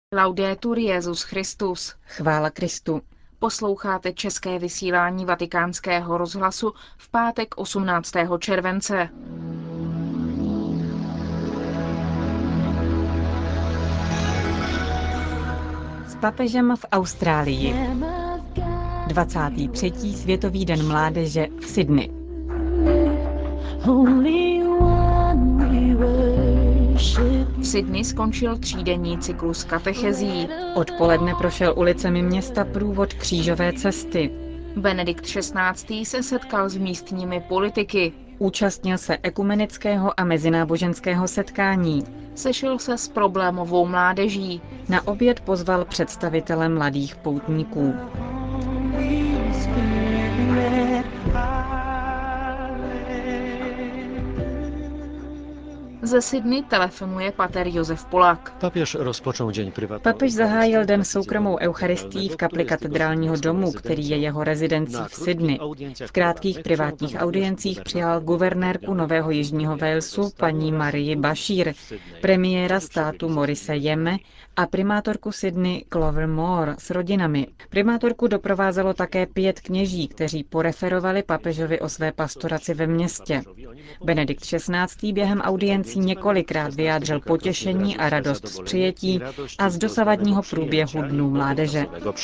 Laudetur Jesus Christus. Chvála Kristu. Posloucháte české vysílání Vatikánského rozhlasu v pátek 18. července. S papežem v Austrálii. 23. Světový den mládeže v Sydney. V Sydney skončil třídenní cyklus katechezí. Odpoledne prošel ulicemi města průvod křížové cesty. Benedikt XVI. Se setkal s místními politiky. Účastnil se ekumenického a mezináboženského setkání. Sešel se s problémovou mládeží. Na oběd pozval představitele mladých poutníků. Ze Sydney telefonuje pater Josef Polak. Papež zahájil den soukromou eucharistií v kapli katedrálního domu, který je jeho rezidencí v Sydney. V krátkých privátních audiencích přijal guvernérku Nového Jižního Walesu paní Marii Bashir, premiéra státu Morise Jeme a primátorku Sydney Clover Moore s rodinami. Primátorku doprovázelo také 5 kněží, kteří poreferovali papežovi o své pastoraci ve městě. Benedikt XVI. Během audiencí několikrát vyjádřil potěšení a radost z přijetí a z dosavadního průběhu Dnů mládeže.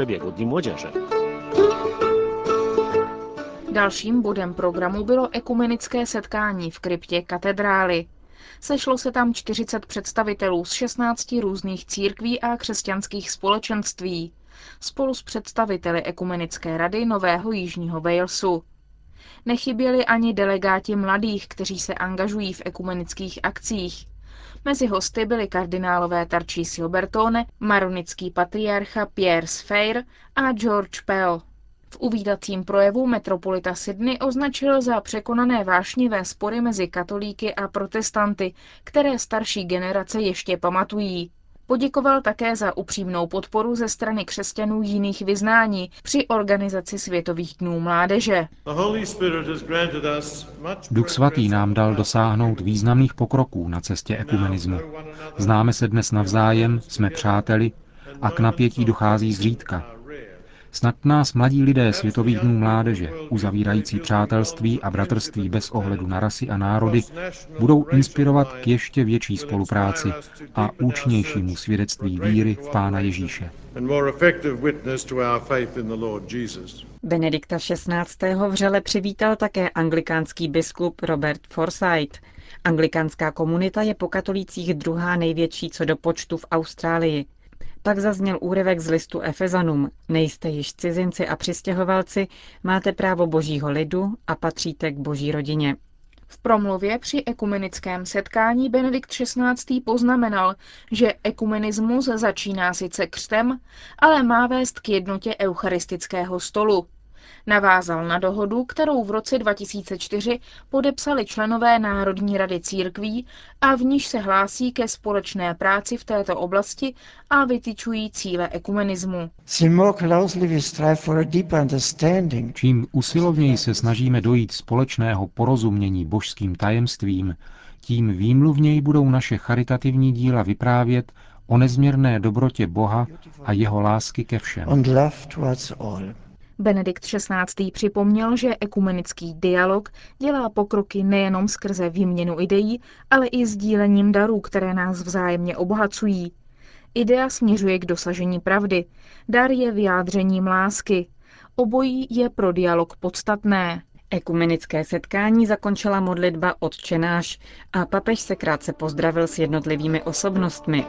Dalším bodem programu bylo ekumenické setkání v kryptě katedrály. Sešlo se tam 40 představitelů z 16 různých církví a křesťanských společenství, spolu s představiteli Ekumenické rady Nového Jižního Walesu. Nechyběli ani delegáti mladých, kteří se angažují v ekumenických akcích. Mezi hosty byli kardinálové Tarcísio Bertone, maronický patriarcha Pierre Sfeir a George Pell. V uvídacím projevu metropolita Sydney označil za překonané vášnivé spory mezi katolíky a protestanty, které starší generace ještě pamatují. Poděkoval také za upřímnou podporu ze strany křesťanů jiných vyznání při organizaci Světových dnů mládeže. Duch svatý nám dal dosáhnout významných pokroků na cestě ekumenismu. Známe se dnes navzájem, jsme přáteli a k napětí dochází zřídka. Snad nás mladí lidé Světových dnů mládeže, uzavírající přátelství a bratrství bez ohledu na rasy a národy, budou inspirovat k ještě větší spolupráci a účinnějšímu svědectví víry v Pána Ježíše. Benedikta XVI. Vřele přivítal také anglikánský biskup Robert Forsyth. Anglikánská komunita je po katolících druhá největší co do počtu v Austrálii. Pak zazněl úryvek z listu Efezanům. Nejste již cizinci a přistěhovalci, máte právo božího lidu a patříte k boží rodině. V promluvě při ekumenickém setkání Benedikt XVI. Poznamenal, že ekumenismus začíná sice křtem, ale má vést k jednotě eucharistického stolu. Navázal na dohodu, kterou v roce 2004 podepsali členové Národní rady církví a v níž se hlásí ke společné práci v této oblasti a vytyčují cíle ekumenismu. Čím usilovněji se snažíme dojít společného porozumění božským tajemstvím, tím výmluvněji budou naše charitativní díla vyprávět o nezměrné dobrotě Boha a jeho lásky ke všem. Benedikt XVI. Připomněl, že ekumenický dialog dělá pokroky nejenom skrze výměnu ideí, ale i sdílením darů, které nás vzájemně obohacují. Idea směřuje k dosažení pravdy. Dar je vyjádřením lásky. Obojí je pro dialog podstatné. Ekumenické setkání zakončila modlitba Otče náš a papež se krátce pozdravil s jednotlivými osobnostmi.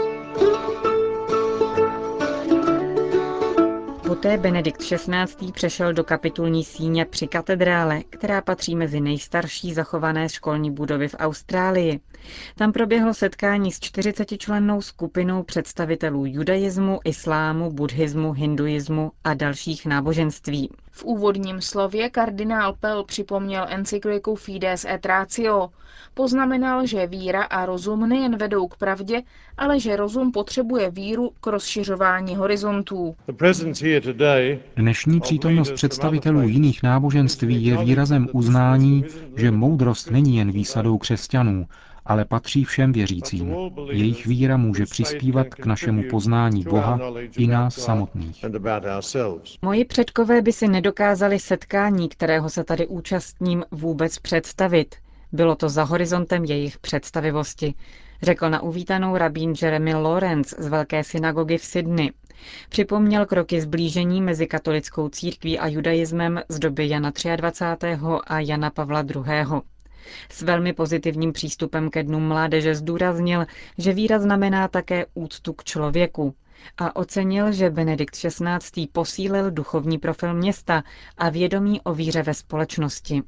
Poté Benedikt XVI. Přešel do kapitulní síně při katedrále, která patří mezi nejstarší zachované školní budovy v Austrálii. Tam proběhlo setkání s 40člennou skupinou představitelů judaismu, islámu, buddhismu, hinduismu a dalších náboženství. V úvodním slově kardinál Pell připomněl encykliku Fides et Ratio. Poznamenal, že víra a rozum nejen vedou k pravdě, ale že rozum potřebuje víru k rozšiřování horizontů. Dnešní přítomnost představitelů jiných náboženství je výrazem uznání, že moudrost není jen výsadou křesťanů, ale patří všem věřícím. Jejich víra může přispívat k našemu poznání Boha i nás samotných. Moji předkové by si nedokázali setkání, kterého se tady účastním, vůbec představit. Bylo to za horizontem jejich představivosti, řekl na uvítanou rabín Jeremy Lawrence z Velké synagogy v Sydney. Připomněl kroky zblížení mezi katolickou církví a judaismem z doby Jana 23. a Jana Pavla II. S velmi pozitivním přístupem ke dnům mládeže zdůraznil, že víra znamená také úctu k člověku a ocenil, že Benedikt XVI. Posílil duchovní profil města a vědomí o víře ve společnosti.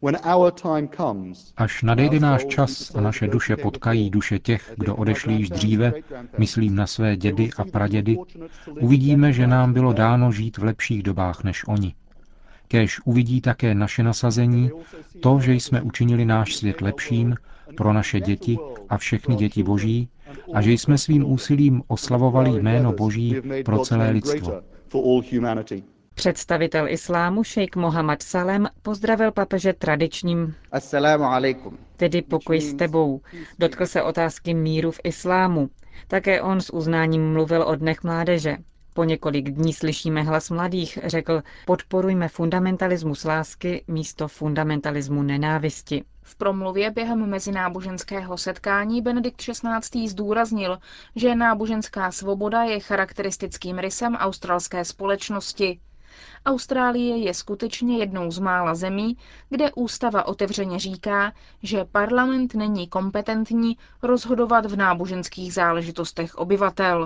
Až nadejde náš čas a naše duše potkají duše těch, kdo odešli již dříve, myslím na své dědy a pradědy, uvidíme, že nám bylo dáno žít v lepších dobách než oni. Kéž uvidí také naše nasazení, to, že jsme učinili náš svět lepším pro naše děti a všechny děti Boží a že jsme svým úsilím oslavovali jméno Boží pro celé lidstvo. Představitel islámu šejk Mohammed Salem pozdravil papeže tradičním tedy pokoj s tebou. Dotkl se otázky míru v islámu. Také on s uznáním mluvil o dnech mládeže. Po několik dní slyšíme hlas mladých, řekl, podporujme fundamentalismus lásky místo fundamentalismu nenávisti. V promluvě během mezináboženského setkání Benedikt XVI. Zdůraznil, že náboženská svoboda je charakteristickým rysem australské společnosti. Austrálie je skutečně jednou z mála zemí, kde ústava otevřeně říká, že parlament není kompetentní rozhodovat v náboženských záležitostech obyvatel.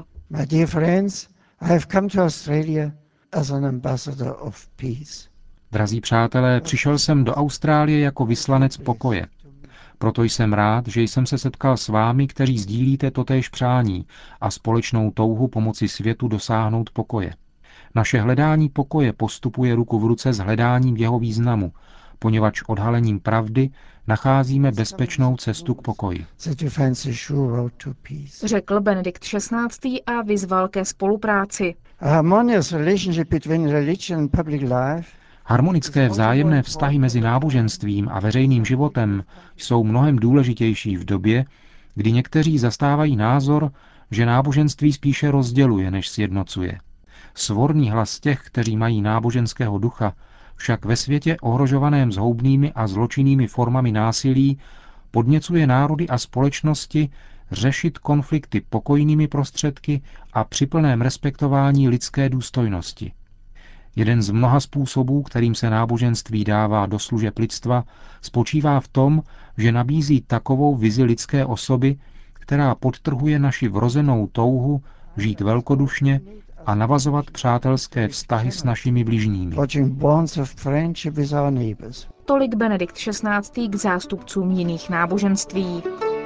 Drazí přátelé, přišel jsem do Austrálie jako vyslanec pokoje. Proto jsem rád, že jsem se setkal s vámi, kteří sdílíte totéž přání a společnou touhu pomoci světu dosáhnout pokoje. Naše hledání pokoje postupuje ruku v ruce s hledáním jeho významu, poněvadž odhalením pravdy nacházíme bezpečnou cestu k pokoji. Řekl Benedikt XVI. A vyzval ke spolupráci. Harmonické vzájemné vztahy mezi náboženstvím a veřejným životem jsou mnohem důležitější v době, kdy někteří zastávají názor, že náboženství spíše rozděluje, než sjednocuje. Svorný hlas těch, kteří mají náboženského ducha, však ve světě ohrožovaném zhoubnými a zločinnými formami násilí podněcuje národy a společnosti řešit konflikty pokojnými prostředky a při plném respektování lidské důstojnosti. Jeden z mnoha způsobů, kterým se náboženství dává do služeb lidstva, spočívá v tom, že nabízí takovou vizi lidské osoby, která podtrhuje naši vrozenou touhu žít velkodušně a navazovat přátelské vztahy s našimi bližními. Tolik Benedikt XVI. K zástupcům jiných náboženství.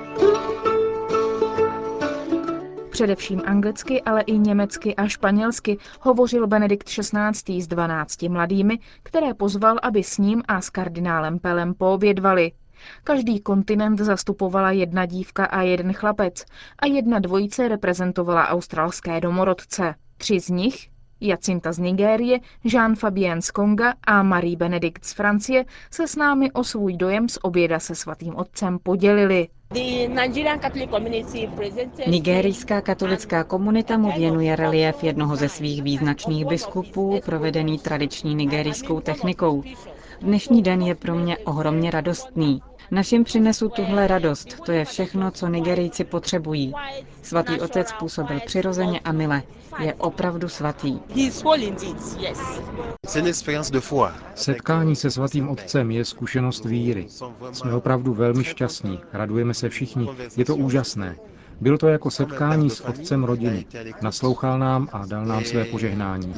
Především anglicky, ale i německy a španělsky hovořil Benedikt XVI. S 12 mladými, které pozval, aby s ním a s kardinálem Pelem poobědvali. Každý kontinent zastupovala jedna dívka a jeden chlapec a jedna dvojice reprezentovala australské domorodce. 3 z nich, Jacinta z Nigérie, Jean-Fabien z Konga a Marie Benedikt z Francie, se s námi o svůj dojem z oběda se svatým otcem podělili. Nigerijská katolická komunita mu věnuje reliéf jednoho ze svých význačných biskupů, provedený tradiční nigerijskou technikou. Dnešní den je pro mě ohromně radostný. Našim přinesu tuhle radost, to je všechno, co Nigerijci potřebují. Svatý otec působil přirozeně a mile. Je opravdu svatý. Setkání se svatým otcem je zkušenost víry. Jsme opravdu velmi šťastní, radujeme se všichni, je to úžasné. Bylo to jako setkání s otcem rodiny. Naslouchal nám a dal nám své požehnání.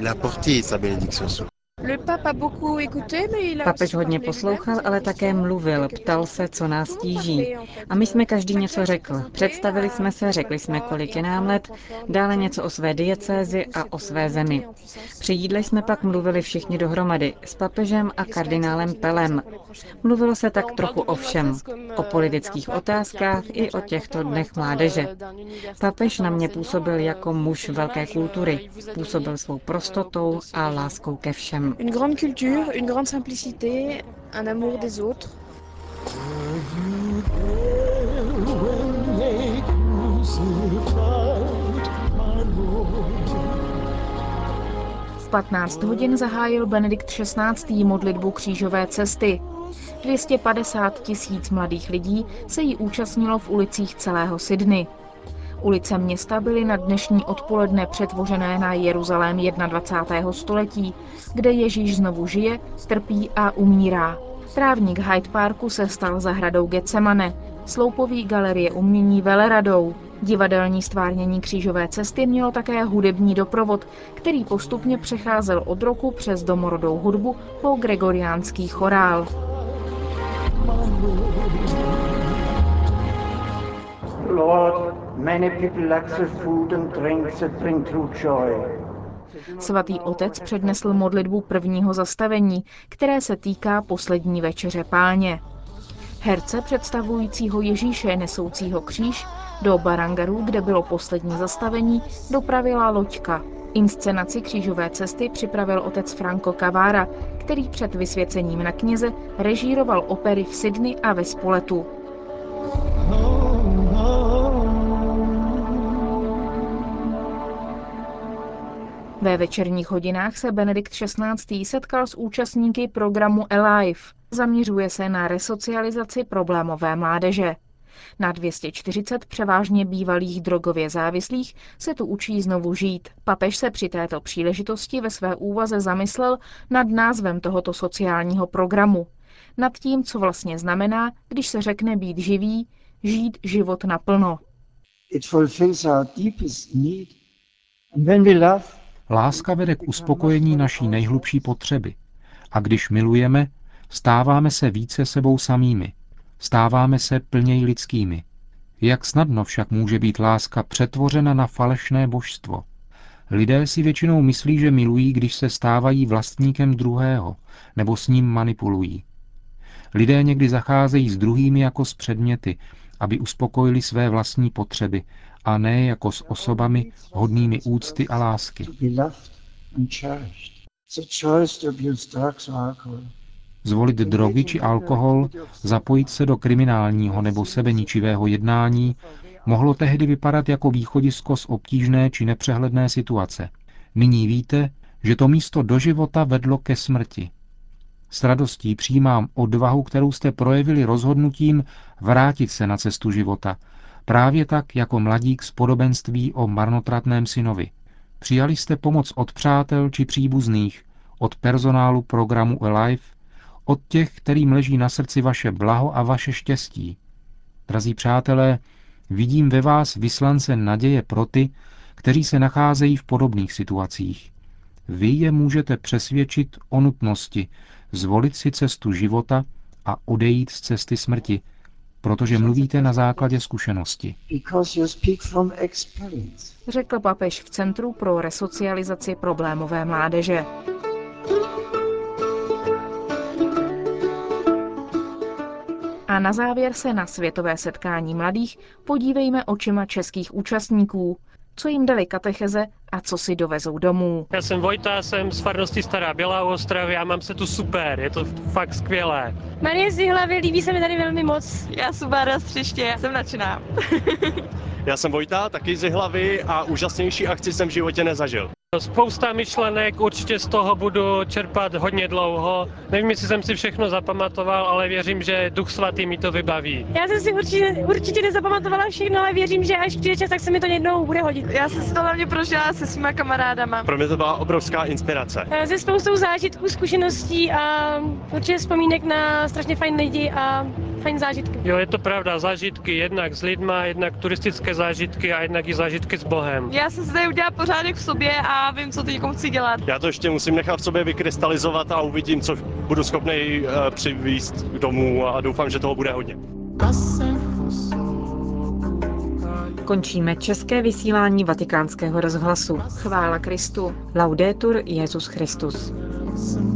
Papež hodně poslouchal, ale také mluvil, ptal se, co nás tíží. A my jsme každý něco řekl. Představili jsme se, řekli jsme, kolik je nám let, dále něco o své diecézi a o své zemi. Při jídle jsme pak mluvili všichni dohromady, s papežem a kardinálem Pelem. Mluvilo se tak trochu o všem, o politických otázkách i o těchto dnech mládeže. Papež na mě působil jako muž velké kultury, působil svou prostotou a láskou ke všem. Une grande culture, une grande simplicité, un amour des autres. V 15 hodin zahájil Benedikt XVI. Modlitbu křížové cesty. 250 000 mladých lidí se jí účastnilo v ulicích celého Sydney. Ulice města byly na dnešní odpoledne přetvořené na Jeruzalém 21. století, kde Ježíš znovu žije, trpí a umírá. Trávník Hyde Parku se stal zahradou Getsemane, sloupoví galerie umění veleradou. Divadelní stvárnění křížové cesty mělo také hudební doprovod, který postupně přecházel od roku přes domorodou hudbu po gregoriánský chorál. Lord, many people lack the food and drinks that bring true joy. Svatý otec přednesl modlitbu prvního zastavení, které se týká poslední večeře Páně. Herce představujícího Ježíše nesoucího kříž do Barangaru, kde bylo poslední zastavení, dopravila loďka. Inscenaci křížové cesty připravil otec Franco Cavara, který před vysvěcením na kněze režíroval opery v Sydney a ve Spoletu. Ve večerních hodinách se Benedikt XVI. Setkal s účastníky programu Alive. Zaměřuje se na resocializaci problémové mládeže. Na 240 převážně bývalých drogově závislých se tu učí znovu žít. Papež se při této příležitosti ve své úvaze zamyslel nad názvem tohoto sociálního programu. Nad tím, co vlastně znamená, když se řekne být živý, žít život naplno. Láska vede k uspokojení naší nejhlubší potřeby. A když milujeme, stáváme se více sebou samými. Stáváme se plněji lidskými. Jak snadno však může být láska přetvořena na falešné božstvo. Lidé si většinou myslí, že milují, když se stávají vlastníkem druhého, nebo s ním manipulují. Lidé někdy zacházejí s druhými jako s předměty, aby uspokojili své vlastní potřeby, a ne jako s osobami hodnými úcty a lásky. Zvolit drogy či alkohol, zapojit se do kriminálního nebo sebeničivého jednání, mohlo tehdy vypadat jako východisko z obtížné či nepřehledné situace. Nyní víte, že to místo do života vedlo ke smrti. S radostí přijímám odvahu, kterou jste projevili rozhodnutím vrátit se na cestu života, právě tak jako mladík z podobenství o marnotratném synovi. Přijali jste pomoc od přátel či příbuzných, od personálu programu Alive, od těch, kterým leží na srdci vaše blaho a vaše štěstí. Drazí přátelé, vidím ve vás vyslance naděje pro ty, kteří se nacházejí v podobných situacích. Vy je můžete přesvědčit o nutnosti zvolit si cestu života a odejít z cesty smrti, protože mluvíte na základě zkušenosti. Řekl papež v Centru pro resocializaci problémové mládeže. A na závěr se na světové setkání mladých podívejme očima českých účastníků. Co jim dali katecheze a co si dovezou domů. Já jsem Vojta, jsem z farnosti Stará Bělá u Ostravy a mám se tu super, je to fakt skvělé. Marie z Jihlavy, líbí se mi tady velmi moc. Já jsem Bára z Třiště, jsem nadšená. Já jsem Vojta, taky z Jihlavy a úžasnější akci jsem v životě nezažil. Spousta myšlenek, určitě z toho budu čerpat hodně dlouho. Nevím, jestli jsem si všechno zapamatoval, ale věřím, že Duch Svatý mi to vybaví. Já jsem si určitě nezapamatovala všechno, ale věřím, že až přijde čas, tak se mi to jednou bude hodit. Já jsem si to hlavně prožila se svýma kamarádama. Pro mě to byla obrovská inspirace. Se spoustou zážitků, zkušeností a určitě vzpomínek na strašně fajn lidi a fajn zážitky. Jo, je to pravda, zážitky jednak s lidma, jednak turistické zážitky a jednak i zážitky s Bohem. Já jsem si tady udělala pořádek v sobě a vím, co teď chci dělat. Já to ještě musím nechat v sobě vykrystalizovat a uvidím, co budu schopný přivést domů a doufám, že toho bude hodně. Končíme české vysílání Vatikánského rozhlasu. Chvála Kristu. Laudetur Jesus Christus.